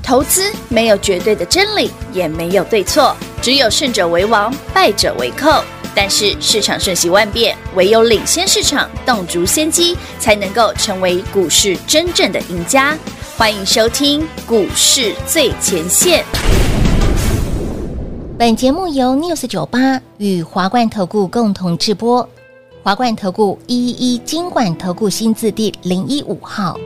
投资没有绝对的真理，也没有对错，只有胜者为王，败者为寇。但是市场瞬息万变，唯有领先市场，洞烛先机，才能够成为股市真正的赢家。欢迎收听股市最前线。 本节目由 News98 与华冠投顾共同制播，华冠投顾111金管投顾新字第015号。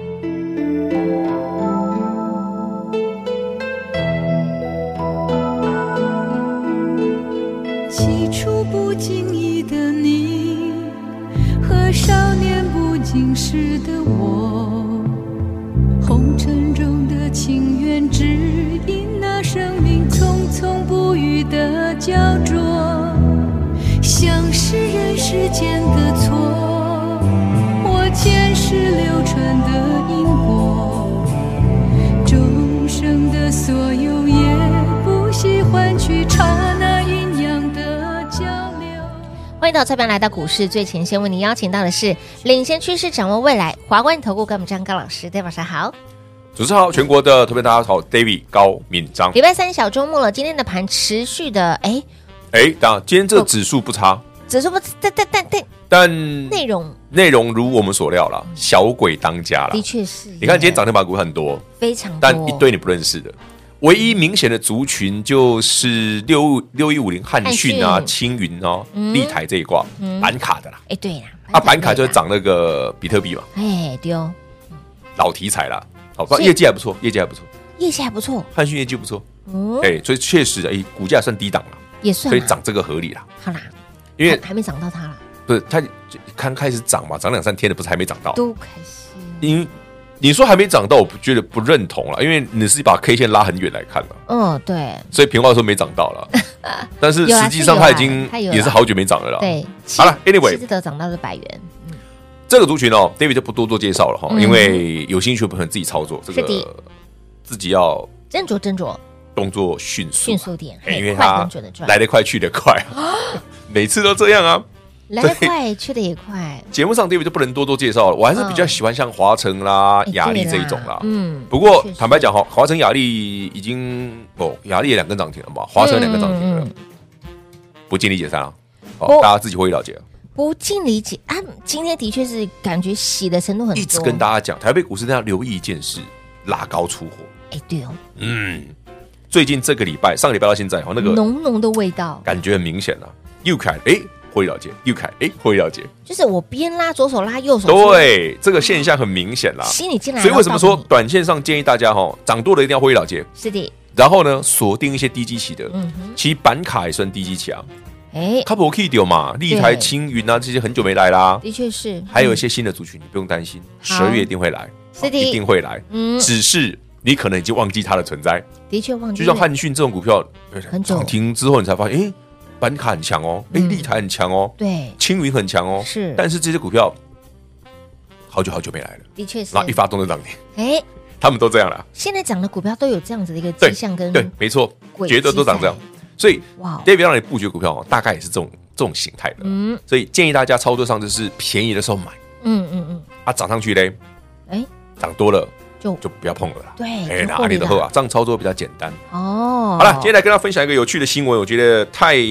起初不经意的你，和少年不经事的我，红尘中的情缘，只因那生命匆匆不语的焦灼，像是人世间的错，我前世流传的因果，众生的所有也不惜换取刹那阴阳的交流。 欢迎到这边来到股市最前线，为您邀请到的是领先趋势、掌握未来华冠投顾高敏章高老师。大家晚上好。 主持人好，全国的特别大家好 ，David 高敏章。 礼拜三小周末了，今天的盘持续的当然今天这个指数不差， 指数不但内容如我们所料啦，小鬼当家啦。 的确是， 你看今天涨停板股很多， 非常多， 但一堆你不认识的。唯一明显的族群就是6150汉讯啊、青云哦、立台这一挂板卡的啦。 对啦， 板卡就是涨那个比特币嘛。 丢老题材啦。好，业绩还不错，业绩还不错，汉讯业绩不错，所以确实，股价算低档了， 也算， 所以涨这个合理啦。 好啦， 因为还没涨到它啦， 不是它刚开始涨嘛，涨2-3天的，不是还没涨到， 都开始。 因为你说还没涨到，我觉得不认同了，因为你是把 K 线拉很远来看了， 对， 所以平话说没涨到了，但是实际上它已经也是好久没涨了啦。 对， 好了 ，Anyway， 只得涨到是100元。 这个族群David 就不多做介绍了哈，因为有兴趣的朋友自己操作，这个自己要斟酌， 动作迅速点， 因为它来得快去得快，每次都这样啊， 来得快去得也快。 节目上 David 就不能多做介绍了，我还是比较喜欢像华城啦、雅力这一种啦。不过坦白讲哈，华城、雅力已经雅力也2根涨停了嘛，华城2根涨停了，不尽力解散啊，大家自己会了解。 不尽理解啊！今天的确是感觉洗的程度很多， 一直跟大家讲，台北股市要留意一件事，拉高出货。 对哦， 最近这个礼拜，上个礼拜到现在，那个浓的味道， 感觉很明显了。右看会了解，右看会了解， 就是我边拉左手拉右手， 对，这个现象很明显啦。 心里进来， 所以为什么说短线上建议大家涨多了一定要会了解？ 是的。 然后呢，锁定一些低基期的，其实板卡也算低基期啊。它不可以丢嘛，立台、青云啊这些很久没来啦， 的确是， 还有一些新的族群，你不用担心，12月一定会来， 是的， 一定会来，只是你可能已经忘记它的存在， 的确忘记。 就像汉讯这种股票，涨停之后你才发现，板卡很强哦，立台很强哦， 对， 青云很强哦， 是， 但是这些股票好久没来了， 的确是， 然后一发动就涨停，他们都这样了。 现在涨的股票都有这样子的一个迹象跟对，没错，绝对都长这样。所以 David 让你布局股票大概也是这种形态的，所以建议大家操作上就是便宜的时候买，涨上去嘞，涨多了就不要碰了啦， 对， 哪里的后这样操作比较简单哦。 好了，接下来跟大家分享一个有趣的新闻，我觉得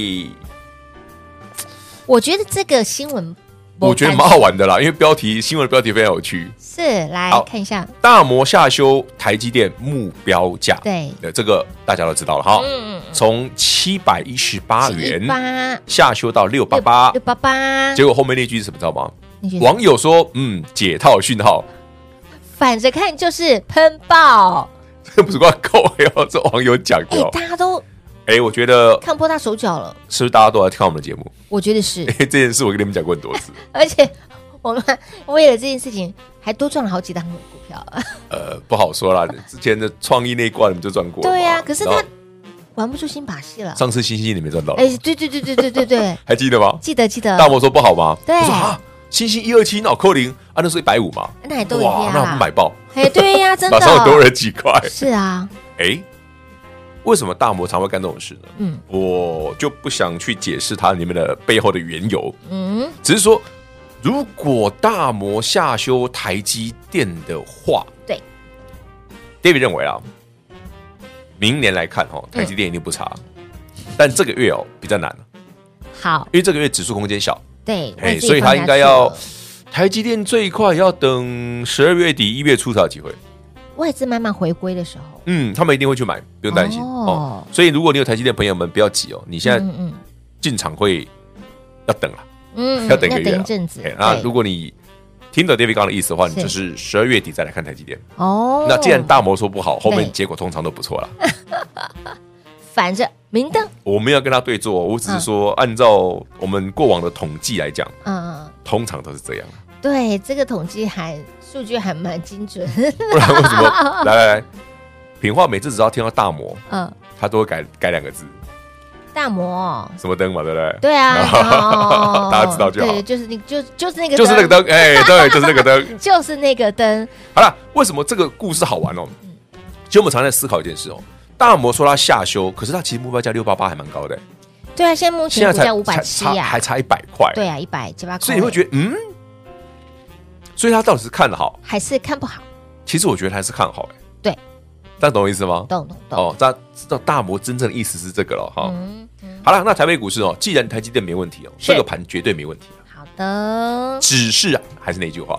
这个新闻我觉得蛮好玩的啦，因为新闻的标题非常有趣， 是来看一下大摩下修台积电目标价， 对， 这个大家都知道了哈，从718元下修到688，结果后面那句是什么知道吗？网友说解套讯号， 反着看就是喷爆， 这不是怪够哟，这网友讲的， 大家都我觉得看破他手脚了， 是不是大家都来看我们的节目？我觉得是， 这件事我跟你们讲过很多次， 而且我们为了这件事情还多赚了好几档股票。 不好说啦，之前的创意那一关你们就赚过了， 对啊，可是他玩不出新把戏了。 上次星星你没赚到， 对， 还记得吗？ 记得。 大摩说不好吗？ 对， 我说星星127脑扣零那是150嘛， 那还都一样啦， 那我们买爆， 对呀，真的， 马上多了几块， 是啊， 为什么大摩常会干这种事呢？我就不想去解释它里面的背后的缘由，只是说，如果大摩下修台积电的话， 对 ，David 认为明年来看台积电一定不差，但这个月比较难。 好， 因为这个月指数空间小， 对， 所以它应该要台积电最快要等12月底1月初才有机会。 外资慢慢回归的时候， 他们一定会去买，不用担心所以如果你有台积电朋友们，不要急你现在进场会要等了，要等一个月， 一阵子。 那如果你听懂 David 刚刚的意思的话，你就是12月底再来看台积电。那既然大摩说不好，后面结果通常都不错了。 反正明灯， 我们要跟他对坐，我只是说按照我们过往的统计来讲，通常都是这样。 对，这个统计数据还蛮精准。 不然为什么？来，品化每次只要听到大摩，他都会改2个字。大摩什么灯嘛，对不对？ 对啊， 大家知道就好。 对，就是那个灯， 就是那个灯，对，就是那个灯， 就是那个灯。 好了，为什么这个故事好玩其实我们常在思考一件事大摩说他下修，可是他其实目标价688还蛮高的。 对啊，现在目前股价570 还差100块。 对啊，178块。 所以你会觉得所以他到底是看得好还是看不好？ 其实我觉得他是看好对， 大家懂我意思吗？ 懂。 大家知道大摩真正的意思是这个了好了，那台北股市既然台积电没问题这个盘绝对没问题。 好的， 只是还是那句话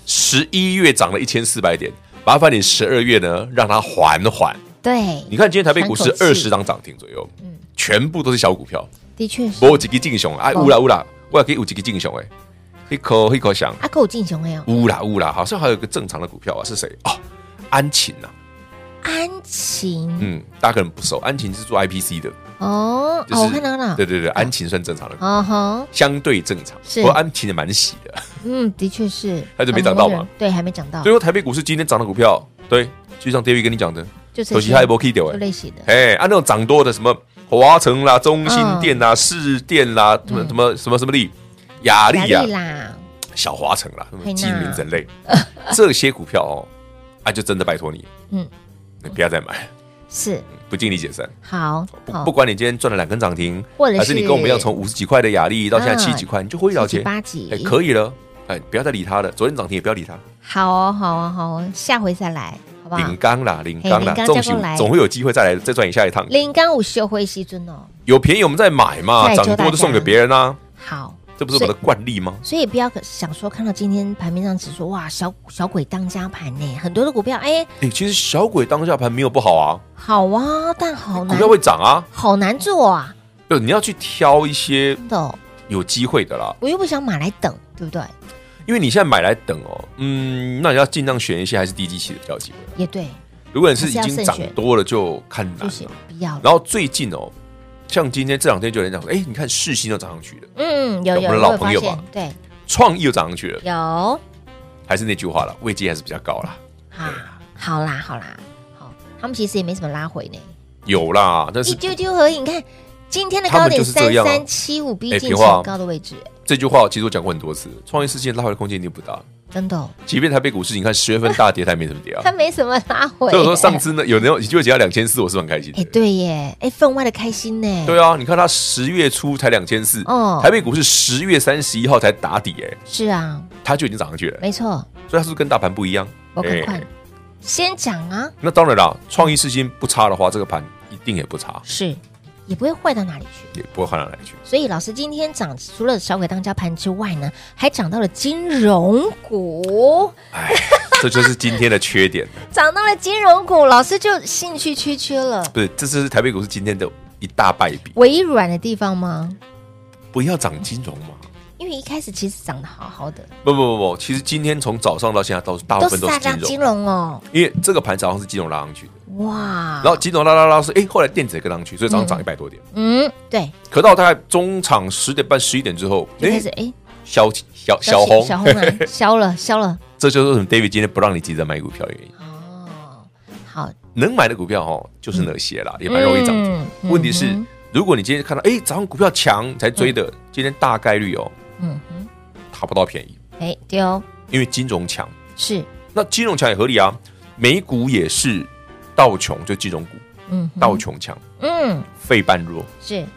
，11月涨了1400点，麻烦你12月呢让它缓缓。对，你看今天台北股市20档涨停左右，全部都是小股票， 的确是。 没有几个进雄有啦，我也可以有几个进雄一口响还有进雄没有？ 有啦，好像还有一个正常的股票是谁安勤安勤， 大家可能不熟，安勤是做 IPC 的我看到了， 对，安勤算正常的相对正常，不过安勤也蛮喜的，的确是， 它就没涨到嘛， 对，还没涨到。 所以说台北股市今天涨的股票，对，就像 David 跟你讲的， 就是其他也没 key 掉类型的， 那种涨多的什么华城啦、中兴电啦、市电啦，什么力、雅力啦、小华城啦，什么基民人类这些股票就真的拜托你，你不要再买， 是不尽力解散。 好， 不管你今天赚了2根涨停，还是你跟我们一样从50几块的雅力到现在70几块，你就获利了结 ，8几， 可以了，不要再理他了。昨天涨停也不要理他。 好，下回再来，好不好？ 领刚啦，总会有机会再来再赚你下一趟。 领刚有收回时阵有便宜我们再买嘛，涨多就送给别人啊。 好。 这不是我们的惯例吗？ 所以不要想说看到今天盘面上指数哇小鬼当家盘呢，很多的股票其实小鬼当家盘没有不好啊， 好啊，但好难， 股票会涨啊， 好难做啊。 对，你要去挑一些有机会的啦。 我又不想买来等，对不对？ 因为你现在买来等那你要尽量选一些还是低基期的比较有机会。 也对， 如果你是已经涨多了就看难了， 不要。 然后最近像今天这2天就有人讲说，你看世新都涨上去了， 有我们的老朋友嘛， 对， 创意又涨上去了， 有， 还是那句话了，位阶还是比较高啦。 好啦，他们其实也没什么拉回呢， 有啦，但是一丢丢而已。你看今天的高点3375，逼近前高的位置。 这句话其实我讲过很多次，创意世新拉回的空间一定不大。 真的即便台北股市，你看10月份大跌，它也没什么跌啊， 它没什么拉回。 所以我说上次呢，有机会跌到2400，我是很开心的。 对耶，分外的开心呢。 对啊，你看它10月初才2400，台北股市10月31号才打底， 是啊， 它就已经涨上去了， 没错。 所以它是不是跟大盘不一样？ 我赶快先讲啊。 那当然啦，创意世新不差的话，这个盘一定也不差， 是。也不会坏到哪里去， 也不会坏到哪里去。 所以老师今天涨，除了小鬼当家盘之外呢，还涨到了金融股。 这就是今天的缺点。 涨到了金融股，老师就兴趣缺缺了。 不是，这是台北股市今天的一大败笔。 微软的地方吗？ 不要涨金融嘛。 因为一开始其实涨得好好的。 不，其实今天从早上到现在，大部分都是金融因为这个盘早上是金融拉上去的。 哇！ 然后金融拉是后来电子也跟上去，所以早上涨100多点。 对。 可到大概中场10点半、11点之后， 就开始小红消了。 这就是为什么 David 今天不让你急着买股票的原因。 好， 能买的股票就是那些啦，也蛮容易涨停。问题是，如果你今天看到早上股票强才追的，今天大概率讨不到便宜。 对哦， 因为金融强是， 那金融强也合理啊，美股也是。道琼就金融股，道琼强，费半弱是，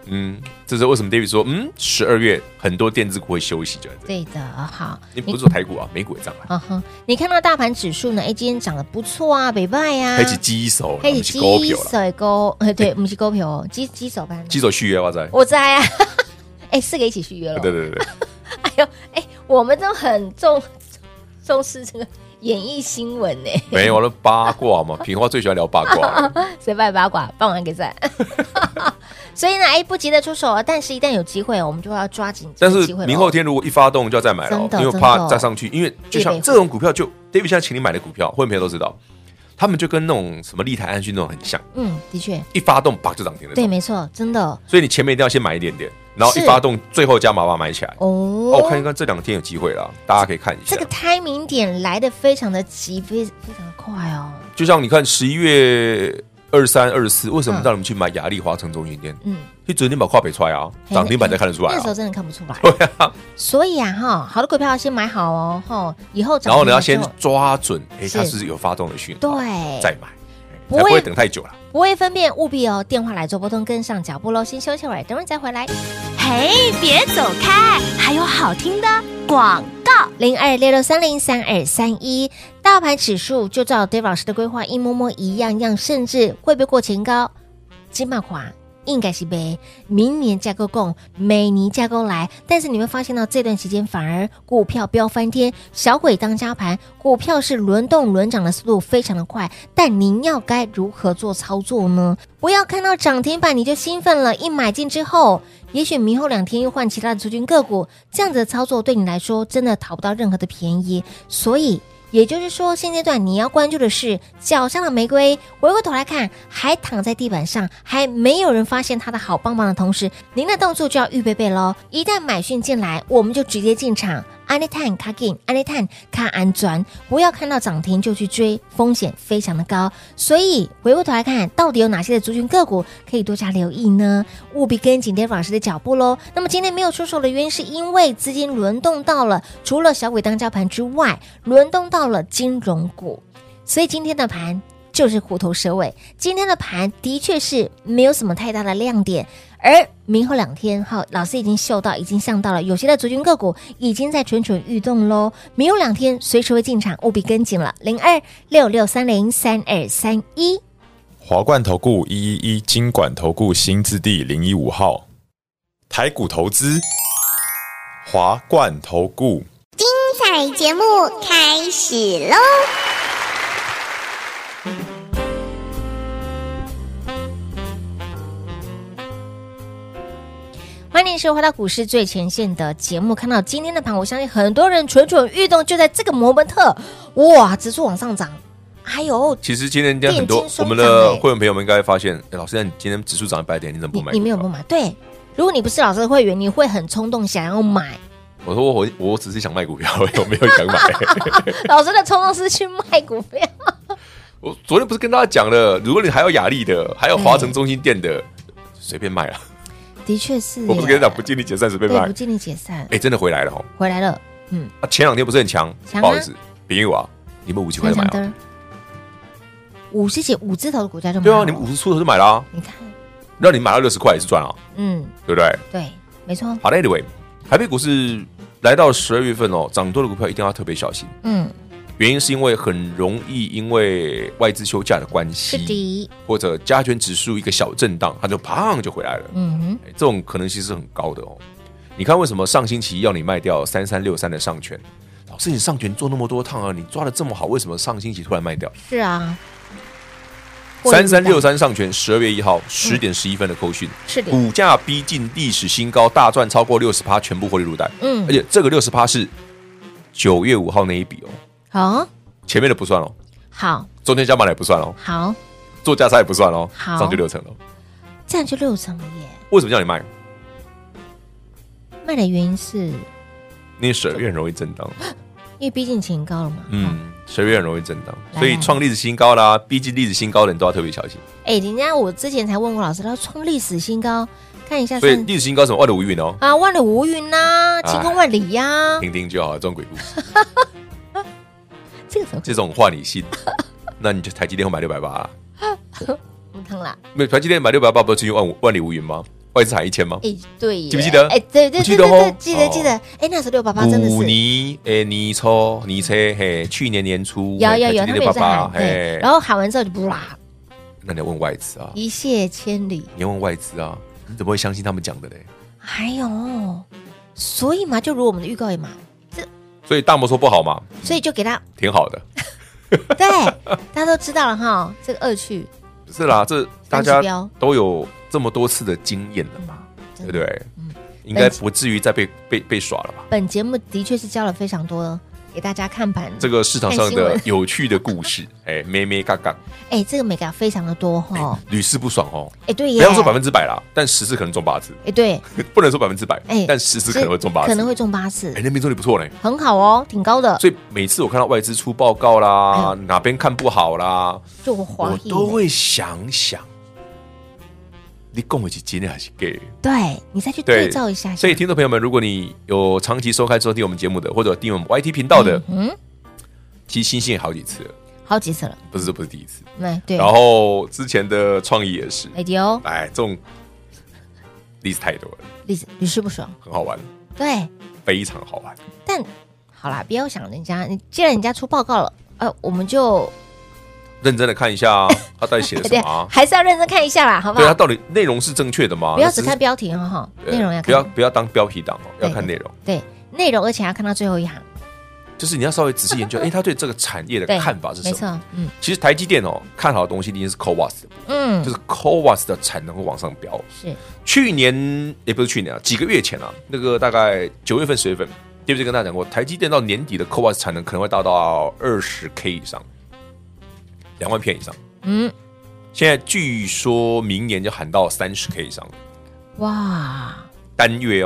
这是为什么 David 说，12月很多电子股会休息，就在这。 对的，好。 你不是说台股啊，美股也涨了。 你看到大盘指数呢？今天涨得不错啊，北拜呀， 开始鸡手， 开始鸡手了，对，不是股票哦，鸡手班， 鸡手续约我在啊，4个一起续约了。 对。 哎呦，我们都很重视这个演艺新闻呢。 没有了八卦嘛，平花最喜欢聊八卦， 谁拜八卦，帮忙给赞。所以呢，不急着出手，但是一旦有机会，我们就要抓紧这个机会。 但是明后天如果一发动就要再买了，因为怕再上去。因为就像这种股票，就 David 现在请你买的股票，会员朋友都知道，他们就跟那种什么立台安讯那种很像。 的确， 一发动啪就涨停了。 对，没错，真的。 所以你前面一定要先买一点点，然后一发动最后加码把它买起来。我看一看这2天有机会了，大家可以看一下。 这个 timing 点来的非常的急，非常的快哦。 就像你看11月23、24，为什么让你们去买亚力华城中心店？去昨天把跨北出来啊，涨停板才看得出来。 那时候真的看不出来。 对啊， 所以啊，好的股票要先买好哦，以后然后你要先抓准，它是有发动的讯号， 对， 再买，才不会等太久了。 不会分辨，务必电话来做拨通，跟上脚步喽。先休息会儿，等会再回来。 嘿，别走开，还有好听的广告。 0266303231，大盘指数就照 David 老师的规划一模一样，甚至会不会过前高？金马华应该是被明年架构供，每年架构来，但是你会发现到这段期间反而股票飙翻天，小鬼当家盘，股票是轮动轮涨的速度非常的快，但您要该如何做操作呢？不要看到涨停板你就兴奋了，一买进之后，也许明后2天又换其他的族群个股，这样子的操作对你来说真的讨不到任何的便宜，所以也就是说，现阶段你要关注的是脚上的玫瑰，回过头来看，还躺在地板上，还没有人发现它的好棒棒的同时，您的动作就要预备咯。一旦买讯进来，我们就直接进场。安利探卡进，安利探卡安转，不要看到涨停就去追，风险非常的高。所以回过头来看，到底有哪些的族群个股可以多加留意呢？务必跟紧 David 老师的脚步咯。那么今天没有出手的原因，是因为资金轮动到了，除了小鬼当家盘之外，轮动到了金融股，所以今天的盘就是虎头蛇尾。今天的盘的确是没有什么太大的亮点，而明后2天，老师已经嗅到，已经想到了，有些的族群个股已经在蠢蠢欲动喽。明后2天随时会进场，务必跟紧了。0266303231， 华冠投顾111金管投顾新字第015号，台股投资，华冠投顾。 彩节目开始喽！ 欢迎收回到股市最前线的节目。看到今天的盘，我相信很多人蠢蠢欲动，就在这个摩门特，哇，指数往上涨。还有， 其实今天很多我们的会员朋友们应该发现，老师，你今天指数涨100点，你怎么不买？ 你没有不买？对，如果你不是老师的会员，你会很冲动想要买。 我说我只是想卖股票，我没有想买。 老师的冲动是去卖股票。 我昨天不是跟大家讲了，如果你还有亚力的，还有华城中心店的，随便卖了。 的确是， 我不是跟你讲不尽力解散随便卖， 对，不尽力解散。 真的回来了哦， 回来了。 前2天不是很强，不好意思，朋友啊，你们50几块就买了 ，50几5字头的股价就买了。 对啊，你们50出头就买了啊。 你看， 让你买到60块也是赚啊。对不对？ 对，没错。 好的 ，anyway， 台北股市来到12月份哦，涨多的股票一定要特别小心。原因是因为很容易因为外资休假的关系， 是的， 或者加权指数一个小震荡，它就砰就回来了。这种可能性是很高的哦。你看为什么上星期要你卖掉3363的上权？老师，你上权做那么多趟啊，你抓的这么好，为什么上星期突然卖掉？ 是啊 ，3363上权12月1号10点11分的扣讯， 是的， 股价逼近历史新高，大赚超过 60%， 全部获利入袋。而且这个 60% 是9月5号那一笔哦。 好， 前面的不算哦。 好， 中间加码的也不算哦。 好， 做价差也不算哦。 好， 上去6成了， 这样就6成了耶。 为什么叫你卖？ 卖的原因是， 因为12月很容易震荡， 因为毕竟前高了嘛。 12月很容易震荡，所以创历史新高啦，逼近历史新高的人都要特别小心。 人家我之前才问过老师，他创历史新高，看一下。 所以历史新高什么？万里无云哦。 啊，万里无云呐，晴空万里呀。 听听就好，这种鬼故事。 这种话你信？那你就台积电会买680啦。 不疼啦。 没有台积电买680，不是因为万里无云吗？ 外资喊1000吗？ 对耶， 记不记得？ 对， 记得哦， 记得。那时候688真的是。 古尼年初去年年初， 有，他们也是喊，对。然后喊完之后就不啦。 那你要问外资啊， 一泻千里。 你要问外资啊，你怎么会相信他们讲的嘞？ 还有，所以嘛，就如我们的预告也嘛， 所以大摩说不好嘛， 所以就给他挺好的。 对，大家都知道了哈，这个恶趣。 是啦，这大家都有这么多次的经验了嘛，对不对？应该不至于再被耍了吧？本节目的确是教了非常多给大家看盘这个市场上的有趣的故事，咩咩嘎嘎，这个美嘎非常的多哈，屡试不爽哦，对耶，不要说100%啦，但10次可能中8次，对，不能说100%，但10次可能会中8次，可能会中8次，那命中率不错嘞，很好哦，挺高的。所以每次我看到外资出报告啦，哪边看不好啦，我都会想想。你讲的是真的还是假的？对，你再去对照一下。所以听众朋友们，如果你有长期收听我们节目的，或者订阅我们 YT 频道的，其实星星也好几次了，不是第一次。对。然后之前的创意也是，这种例子太多了，屡试不爽，很好玩，对，非常好玩。但好啦，不要想人家，你既然人家出报告了，我们就。认真的看一下他到底写了什么，还是要认真看一下啦，好不好？对，他到底内容是正确的吗？不要只看标题哈，内容要看，不要当标题党哦，要看内容。对，内容而且要看到最后一行，就是你要稍微仔细研究，他对这个产业的看法是什么？没错，其实台积电看好的东西一定是 CoWoS 的，就是 CoWoS 的产能会往上飙。是，去年也不是去年啊，几个月前啊，那个大概9月份、10月份，对不对？跟大家讲过，台积电到年底的 CoWoS 产能可能会达到20K 以上。2万片以上，现在据说明年就喊到30K 以上，哇，单月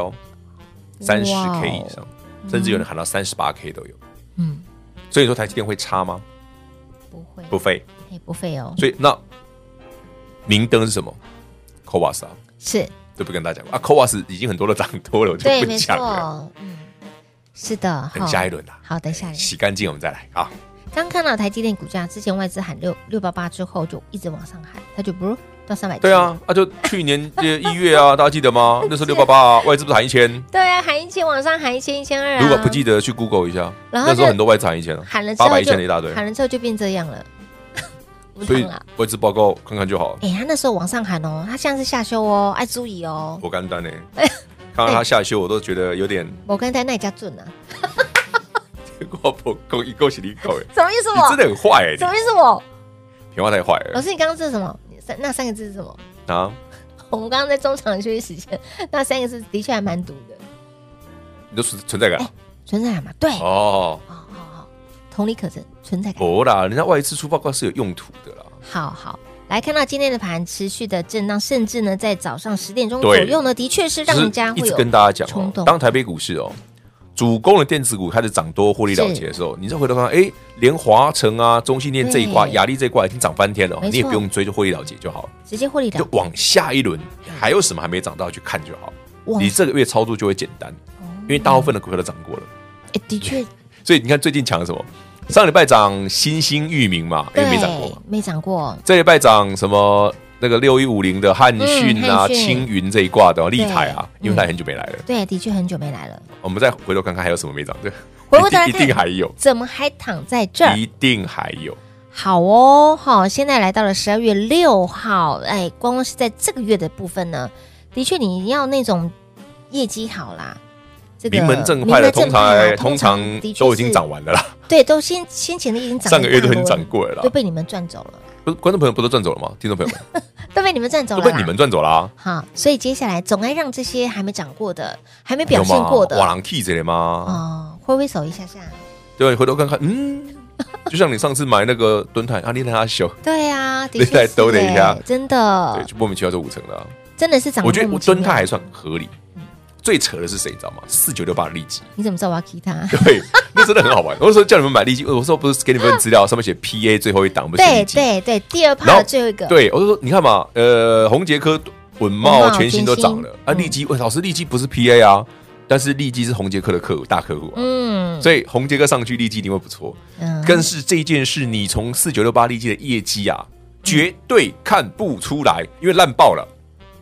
30K 以上，甚至有人喊到38K 都有，所以说台积电会差吗？不会，不会哦。所以那明灯是什么 ？CoWoS 啊，是，都不跟大家讲啊 ，CoWoS 已经很多都涨多了，我就不讲了。是的，等下一轮啦，好，等下一轮洗干净，我们再来啊。刚看到台积电股价，之前外资喊688之后就一直往上喊，它就不到300。对啊，就去年1月啊，大家记得吗？那时候688啊，外资不是喊1000？对啊，喊1000往上喊1000、1200。如果不记得，去 Google 一下，那时候很多外资喊1000，喊了800、1000的一大堆，喊了之后就变这样了。所以外资报告看看就好。他那时候往上喊哦，他现在是下修哦，爱注意哦。不简单呢，看到他下修，我都觉得有点。我刚才那家准啊。我不够一够是你够哎，什么意思？我真的很坏哎，什么意思？我平话太坏了。老师，你刚刚这是什么？那3个字是什么啊？我们刚刚在中场休息时间，那3个字的确还蛮毒的。你都存在感，存在感嘛？对哦，好，同理可证，存在感。不啦，人家外资出报告是有用途的啦。好，来看到今天的盘持续的震荡，甚至呢，在早上10点钟左右呢，的确是让人家会有一直跟大家讲冲动。当台北股市主攻的电子股开始涨多获利了结的时候，你再回头看，连华城啊、中信电这一挂、亚力这一挂已经涨翻天了，你也不用追，就获利了结就好了，直接获利了结，就往下一轮还有什么还没涨到去看就好，你这个月操作就会简单，因为大部分的股票都涨过了。的确，所以你看最近抢了什么？上礼拜涨新兴裕民嘛，因为没涨过，没涨过。这礼拜涨什么？那个6150的汉讯啊、青云这一挂的立台啊，因为它很久没来了。对，的确很久没来了。我们再回头看看还有什么没涨，对，一定还有。怎么还躺在这儿？一定还有。好哦，好，现在来到了12月6号，光是在这个月的部分呢，的确你要那种业绩好啦，这个名门正派的通常都已经涨完了啦。对，都先前的已经涨，上个月都已经涨过了啦，都被你们赚走了。不是观众朋友不都赚走了吗？听众朋友们都被你们赚走了，都被你们赚走了。好，所以接下来总该让这些还没涨过的、还没表现过的，哇，人 key 这吗？哦，挥手一下下，对，回头看看，就像你上次买那个敦泰，你看它修，对啊，的确是，抖了一下，真的，对，就莫名其妙就5成了，真的是涨。我觉得敦泰还算合理。最扯的是谁，你知道吗？4968的利基，你怎么知道我要 key 它？对，那真的很好玩。我说叫你们买利基，我说不是给你们资料，上面写 PA 最后一档，不是利基。对，第2趴的最后一个。对，我就说你看嘛，宏捷科、稳懋全新都涨了啊。利基，老师利基不是 PA 啊，但是利基是宏捷科的大客户啊。所以宏捷科上去，利基一定会不错。更是这件事，你从4968利基的业绩啊，绝对看不出来，因为烂爆了。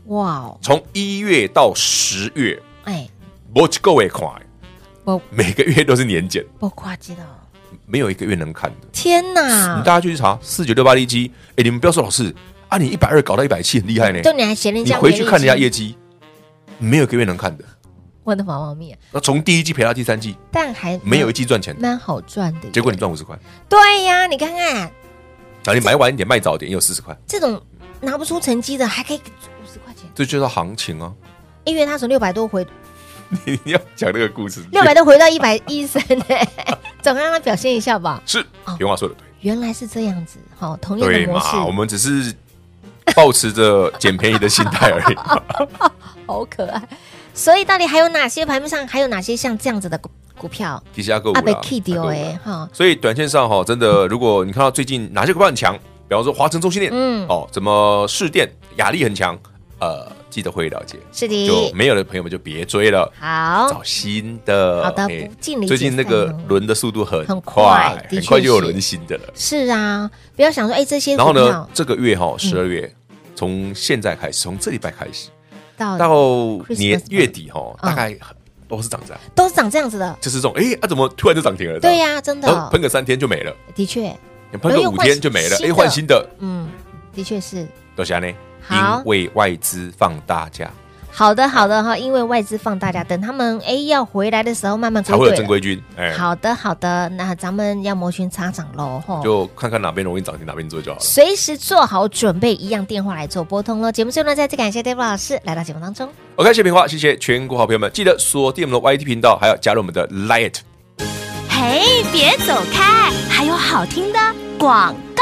哇， 从1月到10月， 哎， 没一个月看， 不每个月都是年减， 不夸张的， 没有一个月能看的。 天哪！ 大家去查4968利基，哎，你们不要说老师啊，你120搞到170很厉害呢， 对，你还嫌人家你回去看人家业绩，没有一个月能看的。 我的毛毛蜜， 那从第1季赔到第3季， 但还没有一季赚钱的， 蛮好赚的。 结果你赚50块， 对呀，你看看， 啊，你买晚一点卖早点也有40块， 这种拿不出成绩的还可以50块钱， 这就叫行情啊！ 因为他从600多回你要讲那个故事 ，600多回到113呢，总让他表现一下吧。 是，平话说的对， 原来是这样子，好，同样的对模式， 嘛？我们只是抱持着捡便宜的心态而已。 好可爱。所以到底还有哪些盘面上还有哪些像这样子的股票？ 底下个股被啦 key 掉哎哈。 所以短线上哈，真的，如果你看到最近哪些股票很强，比方说华城、中心店，哦，怎么市电、亚力很强，记得会了解。 是的， 就没有的朋友们就别追了， 好， 找新的。 好的，不尽力。 最近那个轮的速度很快， 很快就有轮新的了。 是啊，不要想说哎这些股票。然后呢， 这个月哈，12月从现在开始，从这礼拜开始。到年月底哈，大概都是涨这样， 都是涨这样子的， 就是这种怎么突然就涨停了？ 对呀，真的， 喷个3天就没了， 的确， 喷个5天就没了，换新的， 的确是， 多谢呢，因为外资放大假。 好的，好的哈，因为外资放大假，等他们要回来的时候，慢慢才会有正规军。 好的，好的，那咱们要摩拳擦掌喽， 就看看哪边容易涨停，哪边做就好了。 随时做好准备，一样电话来做拨通喽。节目最后呢，再次感谢 David 老师来到节目当中。 OK， 谢谢平花，谢谢全国好朋友们，记得锁定我们的 YT 频道，还要加入我们的 Lite。 嘿，别走开，还有好听的广告。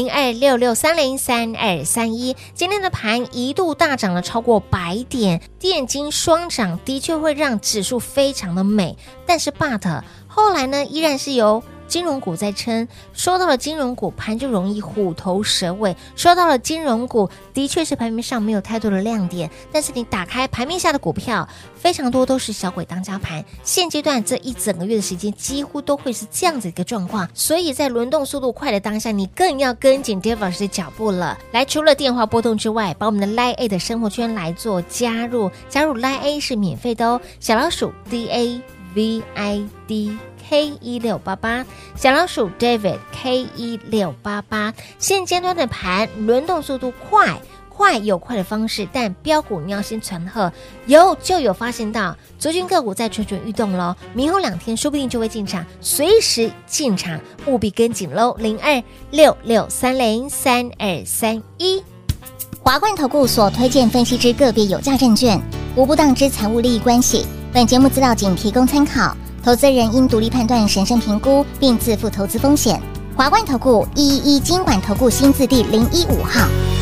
0266303231，今天的盘一度大涨了超过100点，电金双涨的确会让指数非常的美，但是 but 后来呢，依然是由金融股在撑。说到了金融股，盘就容易虎头蛇尾。说到了金融股，的确是盘面上没有太多的亮点，但是你打开盘面下的股票，非常多都是小鬼当家盘。现阶段这一整个月的时间，几乎都会是这样子一个状况。所以在轮动速度快的当下，你更要跟紧 David 老师的脚步了。来，除了电话拨通之外，把我们的 Line A 的生活圈来做加入Line A 是免费的哦，小老鼠 DAVID。K1688 小老鼠 David K1688，现阶段的盘轮动速度快有快的方式，但标股你要先传贺，就有发现到族群个股在蠢蠢欲动咯，明后2天说不定就会进场，随时进场，务必跟紧咯。0266303231。 华冠投顾所推荐分析之个别有价证券，无不当之财务利益关系。本节目资料仅提供参考，投资人应独立判断、审慎评估，并自负投资风险。华冠投顾111金管投顾新字第015号。